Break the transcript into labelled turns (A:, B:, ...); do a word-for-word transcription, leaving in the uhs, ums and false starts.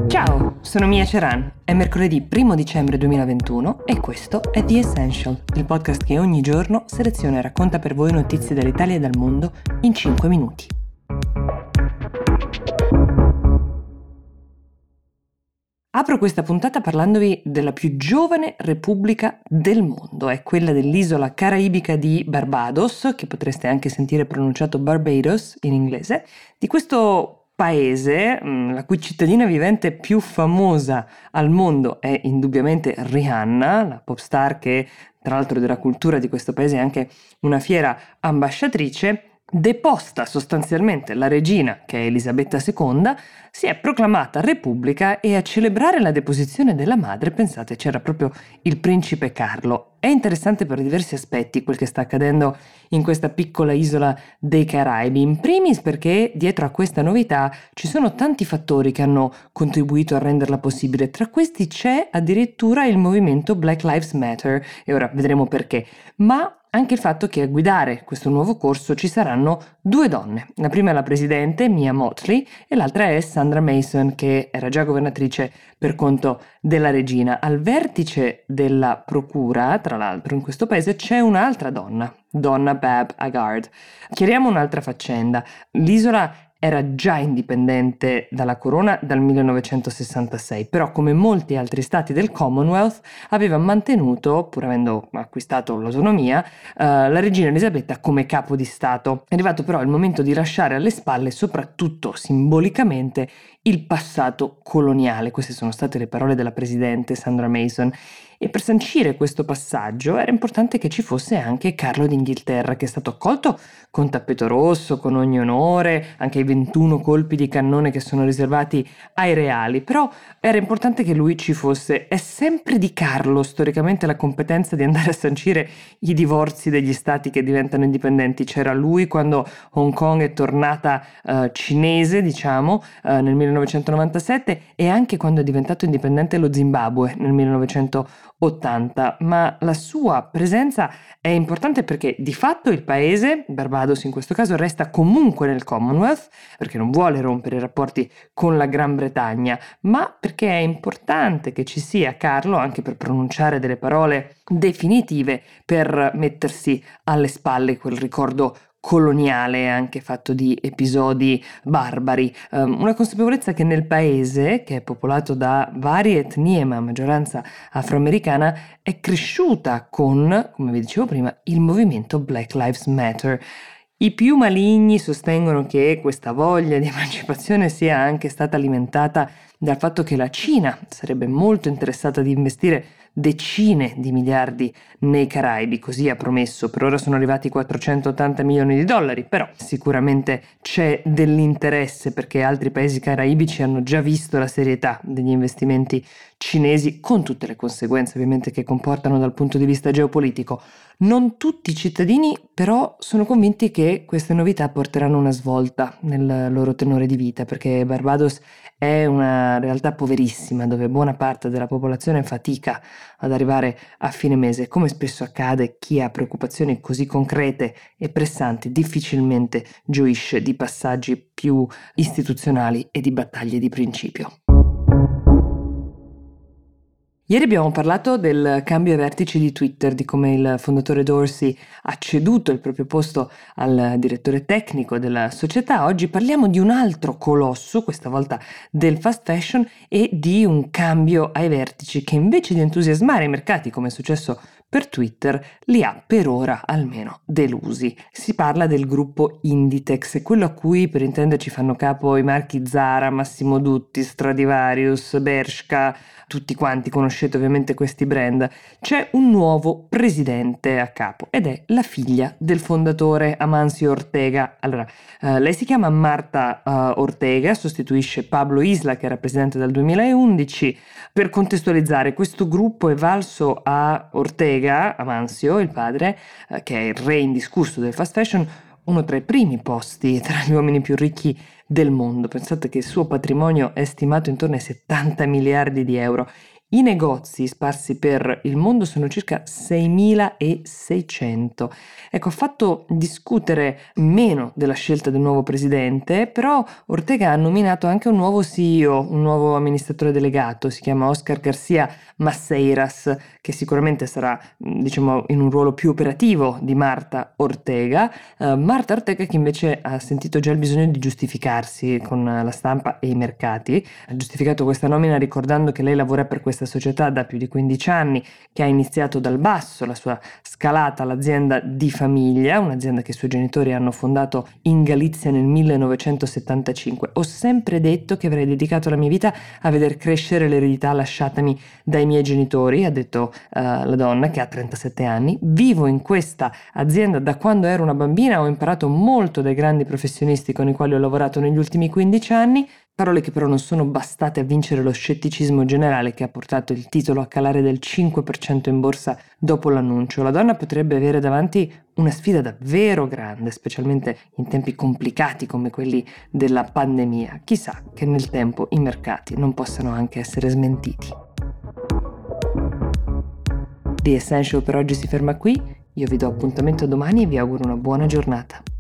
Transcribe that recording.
A: Ciao, sono Mia Ceran, è mercoledì primo dicembre duemilaventuno e questo è The Essential, il podcast che ogni giorno seleziona e racconta per voi notizie dall'Italia e dal mondo in cinque minuti. Apro questa puntata parlandovi della più giovane repubblica del mondo, è quella dell'isola caraibica di Barbados, che potreste anche sentire pronunciato Barbados in inglese, di questo paese, la cui cittadina vivente più famosa al mondo è indubbiamente Rihanna, la pop star che tra l'altro della cultura di questo paese è anche una fiera ambasciatrice. Deposta sostanzialmente la regina, che è Elisabetta seconda, si è proclamata repubblica e a celebrare la deposizione della madre, pensate, c'era proprio il principe Carlo. È interessante per diversi aspetti quel che sta accadendo in questa piccola isola dei Caraibi, in primis perché dietro a questa novità ci sono tanti fattori che hanno contribuito a renderla possibile. Tra questi c'è addirittura il movimento Black Lives Matter, e ora vedremo perché, ma anche il fatto che a guidare questo nuovo corso ci saranno due donne. La prima è la presidente, Mia Mottley, e l'altra è Sandra Mason, che era già governatrice per conto della regina. Al vertice della procura, tra l'altro, in questo paese c'è un'altra donna, Donna Bab Agard. Chiariamo un'altra faccenda. L'isola era già indipendente dalla corona dal millenovecentosessantasei, però come molti altri stati del Commonwealth aveva mantenuto, pur avendo acquistato l'autonomia, eh, la regina Elisabetta come capo di Stato. È arrivato però il momento di lasciare alle spalle, soprattutto simbolicamente, il passato coloniale. Queste sono state le parole della presidente Sandra Mason. E per sancire questo passaggio era importante che ci fosse anche Carlo d'Inghilterra, che è stato accolto con tappeto rosso, con ogni onore, anche i ventuno colpi di cannone che sono riservati ai reali, però era importante che lui ci fosse. È sempre di Carlo storicamente la competenza di andare a sancire i divorzi degli stati che diventano indipendenti. C'era lui quando Hong Kong è tornata uh, cinese, diciamo, uh, nel millenovecentonovantasette, e anche quando è diventato indipendente lo Zimbabwe nel millenovecentottanta, ma la sua presenza è importante perché di fatto il paese, Barbados in questo caso, resta comunque nel Commonwealth perché non vuole rompere i rapporti con la Gran Bretagna, ma perché è importante che ci sia Carlo anche per pronunciare delle parole definitive, per mettersi alle spalle quel ricordo coloniale anche fatto di episodi barbari, um, una consapevolezza che nel paese, che è popolato da varie etnie ma a maggioranza afroamericana, è cresciuta con, come vi dicevo prima, il movimento Black Lives Matter. I più maligni sostengono che questa voglia di emancipazione sia anche stata alimentata dal fatto che la Cina sarebbe molto interessata di investire decine di miliardi nei Caraibi, così ha promesso. Per ora sono arrivati quattrocentottanta milioni di dollari, però sicuramente c'è dell'interesse perché altri paesi caraibici hanno già visto la serietà degli investimenti cinesi, con tutte le conseguenze ovviamente che comportano dal punto di vista geopolitico. Non tutti i cittadini però sono convinti che queste novità porteranno una svolta nel loro tenore di vita, perché Barbados è una realtà poverissima dove buona parte della popolazione fatica ad arrivare a fine mese. Come spesso accade, chi ha preoccupazioni così concrete e pressanti difficilmente gioisce di passaggi più istituzionali e di battaglie di principio. Ieri abbiamo parlato del cambio ai vertici di Twitter, di come il fondatore Dorsey ha ceduto il proprio posto al direttore tecnico della società. Oggi parliamo di un altro colosso, questa volta del fast fashion, e di un cambio ai vertici che invece di entusiasmare i mercati, come è successo per Twitter, li ha per ora almeno delusi. Si parla del gruppo Inditex, quello a cui per intenderci fanno capo i marchi Zara, Massimo Dutti, Stradivarius, Bershka, tutti quanti conoscete ovviamente questi brand. C'è un nuovo presidente a capo ed è la figlia del fondatore, Amancio Ortega. Allora, eh, lei si chiama Marta uh, Ortega, sostituisce Pablo Isla che era presidente dal duemilaundici. Per contestualizzare, questo gruppo è valso a Ortega, Amancio, il padre, eh, che è il re indiscusso del fast fashion, uno tra i primi posti tra gli uomini più ricchi del mondo. Pensate che il suo patrimonio è stimato intorno ai settanta miliardi di euro. I negozi sparsi per il mondo sono circa seimilaseicento. Ecco, ha fatto discutere meno della scelta del nuovo presidente, però Ortega ha nominato anche un nuovo C E O, un nuovo amministratore delegato, si chiama Oscar Garcia Maceiras, che sicuramente sarà, diciamo, in un ruolo più operativo di Marta Ortega. Uh, Marta Ortega che invece ha sentito già il bisogno di giustificarsi con la stampa e i mercati. Ha giustificato questa nomina ricordando che lei lavora per questa società da più di quindici anni, che ha iniziato dal basso la sua scalata all'azienda di famiglia, un'azienda che i suoi genitori hanno fondato in Galizia nel millenovecentosettantacinque. Ho sempre detto che avrei dedicato la mia vita a veder crescere l'eredità lasciatami dai miei genitori, ha detto uh, la donna che ha trentasette anni. Vivo in questa azienda da quando ero una bambina, ho imparato molto dai grandi professionisti con i quali ho lavorato negli ultimi quindici anni. Parole che però non sono bastate a vincere lo scetticismo generale che ha portato il titolo a calare del cinque per cento in borsa dopo l'annuncio. La donna potrebbe avere davanti una sfida davvero grande, specialmente in tempi complicati come quelli della pandemia. Chissà che nel tempo i mercati non possano anche essere smentiti. The Essential per oggi si ferma qui. Io vi do appuntamento domani e vi auguro una buona giornata.